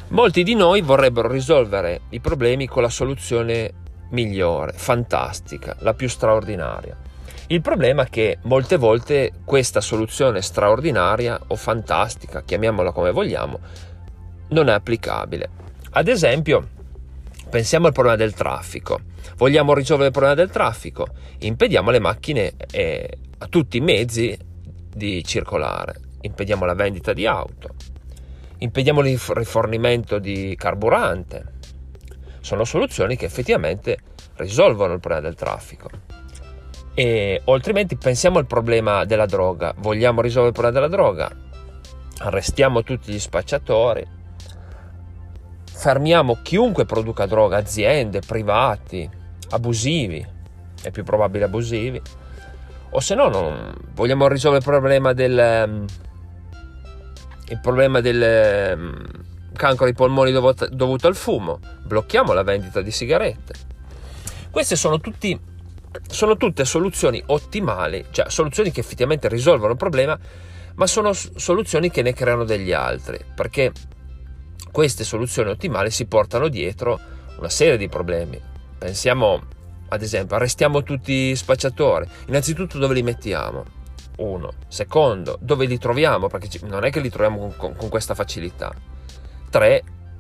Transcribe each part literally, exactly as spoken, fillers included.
Molti di noi vorrebbero risolvere i problemi con la soluzione migliore, fantastica, la più straordinaria. Il problema è che molte volte questa soluzione straordinaria o fantastica, chiamiamola come vogliamo, non è applicabile. Ad esempio, pensiamo al problema del traffico. Vogliamo risolvere il problema del traffico? Impediamo alle macchine e a tutti i mezzi di circolare. Impediamo la vendita di auto. Impediamo il rifornimento di carburante. Sono soluzioni che effettivamente risolvono il problema del traffico. E o altrimenti pensiamo al problema della droga. Vogliamo risolvere il problema della droga? Arrestiamo tutti gli spacciatori, fermiamo chiunque produca droga, aziende, privati, abusivi, è più probabile abusivi, o se no non vogliamo risolvere il problema del il problema del cancro ai polmoni dovuto, dovuto al fumo, blocchiamo la vendita di sigarette. Queste sono tutti sono tutte soluzioni ottimali, cioè soluzioni che effettivamente risolvono il problema, ma sono soluzioni che ne creano degli altri, perché queste soluzioni ottimali si portano dietro una serie di problemi. Pensiamo, ad esempio, arrestiamo tutti i spacciatori. Innanzitutto, dove li mettiamo? Uno. Secondo, dove li troviamo? Perché non è che li troviamo con, con, con questa facilità. Tre,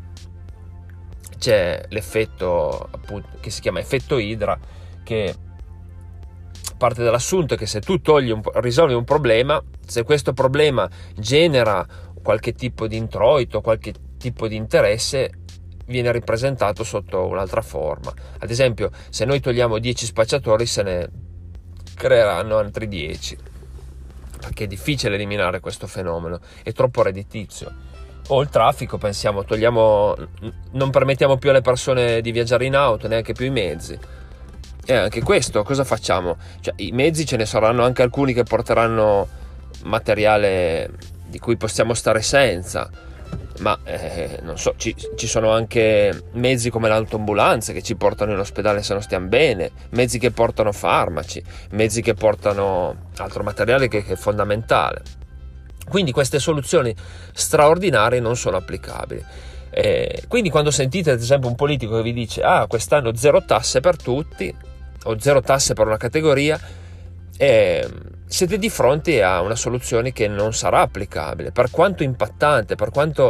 c'è l'effetto, appunto, che si chiama effetto idra, che parte dall'assunto che se tu togli un, risolvi un problema, se questo problema genera qualche tipo di introito, qualche tipo di interesse, viene ripresentato sotto un'altra forma. Ad esempio, se noi togliamo dieci spacciatori, se ne creeranno altri dieci, perché è difficile eliminare questo fenomeno, è troppo redditizio. O il traffico, pensiamo, togliamo, non permettiamo più alle persone di viaggiare in auto, neanche più i mezzi. E anche questo, cosa facciamo? Cioè, i mezzi ce ne saranno anche alcuni che porteranno materiale di cui possiamo stare senza, ma eh, non so, ci, ci sono anche mezzi come l'autoambulanza che ci portano in ospedale se non stiamo bene, mezzi che portano farmaci, mezzi che portano altro materiale che, che è fondamentale. Quindi queste soluzioni straordinarie non sono applicabili. Eh, quindi quando sentite ad esempio un politico che vi dice ah, quest'anno zero tasse per tutti o zero tasse per una categoria, eh, siete di fronte a una soluzione che non sarà applicabile, per quanto impattante, per quanto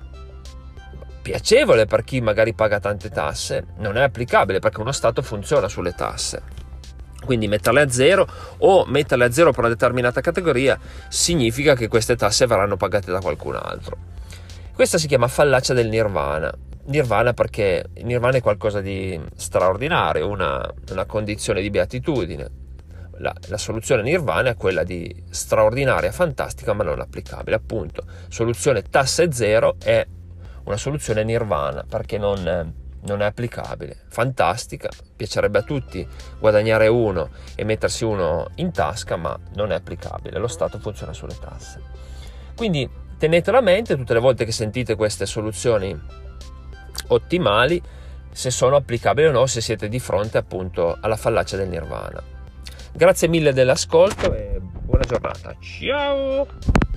piacevole per chi magari paga tante tasse, non è applicabile perché uno Stato funziona sulle tasse. Quindi metterle a zero o metterle a zero per una determinata categoria significa che queste tasse verranno pagate da qualcun altro. Questa si chiama fallacia del nirvana. Nirvana perché il nirvana è qualcosa di straordinario, una, una condizione di beatitudine. La, la soluzione nirvana è quella di straordinaria, fantastica, ma non applicabile. Appunto, soluzione tasse zero è una soluzione nirvana perché non, non è applicabile. Fantastica, piacerebbe a tutti guadagnare uno e mettersi uno in tasca, ma non è applicabile. Lo Stato funziona sulle tasse. Quindi tenetelo a mente tutte le volte che sentite queste soluzioni ottimali, se sono applicabili o no, se siete di fronte appunto alla fallacia del nirvana. Grazie mille dell'ascolto e buona giornata. Ciao!